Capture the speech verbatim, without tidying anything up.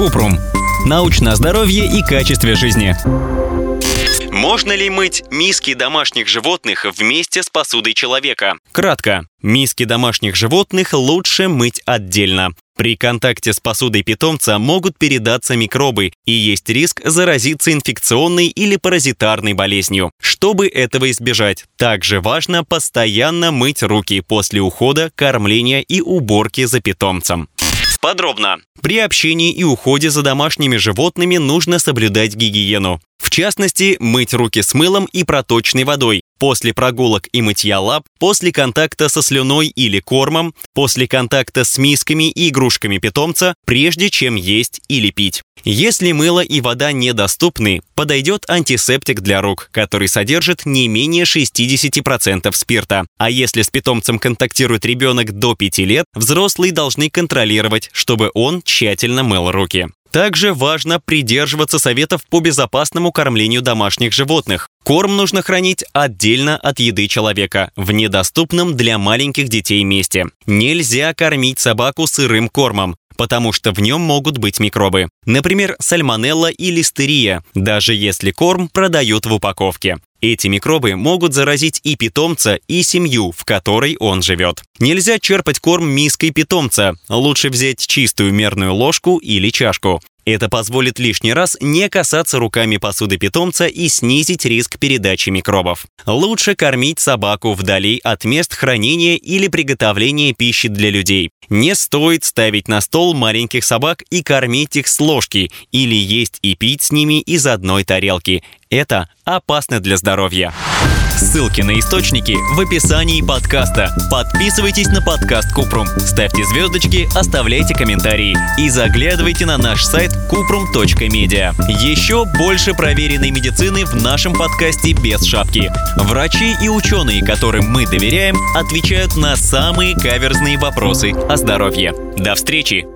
Купрум. Научное здоровье и качестве жизни. Можно ли мыть миски домашних животных вместе с посудой человека? Кратко. Миски домашних животных лучше мыть отдельно. При контакте с посудой питомца могут передаться микробы, и есть риск заразиться инфекционной или паразитарной болезнью. Чтобы этого избежать, также важно постоянно мыть руки после ухода, кормления и уборки за питомцем. Подробно. При общении и уходе за домашними животными нужно соблюдать гигиену. В частности, мыть руки с мылом и проточной водой, после прогулок и мытья лап, после контакта со слюной или кормом, после контакта с мисками и игрушками питомца, прежде чем есть или пить. Если мыло и вода недоступны, подойдет антисептик для рук, который содержит не менее шестьдесят процентов спирта. А если с питомцем контактирует ребенок до пяти лет, взрослые должны контролировать, чтобы он тщательно мыл руки. Также важно придерживаться советов по безопасному кормлению домашних животных. Корм нужно хранить отдельно от еды человека, в недоступном для маленьких детей месте. Нельзя кормить собаку сырым кормом, потому что в нем могут быть микробы. Например, сальмонелла и листерия, даже если корм продают в упаковке. Эти микробы могут заразить и питомца, и семью, в которой он живет. Нельзя черпать корм миской питомца. Лучше взять чистую мерную ложку или чашку. Это позволит лишний раз не касаться руками посуды питомца и снизить риск передачи микробов. Лучше кормить собаку вдали от мест хранения или приготовления пищи для людей. Не стоит ставить на стол маленьких собак и кормить их с ложки или есть и пить с ними из одной тарелки. Это опасно для здоровья. Ссылки на источники в описании подкаста. Подписывайтесь на подкаст Купрум, ставьте звездочки, оставляйте комментарии и заглядывайте на наш сайт купрум точка медиа. Еще больше проверенной медицины в нашем подкасте без шапки. Врачи и ученые, которым мы доверяем, отвечают на самые каверзные вопросы о здоровье. До встречи!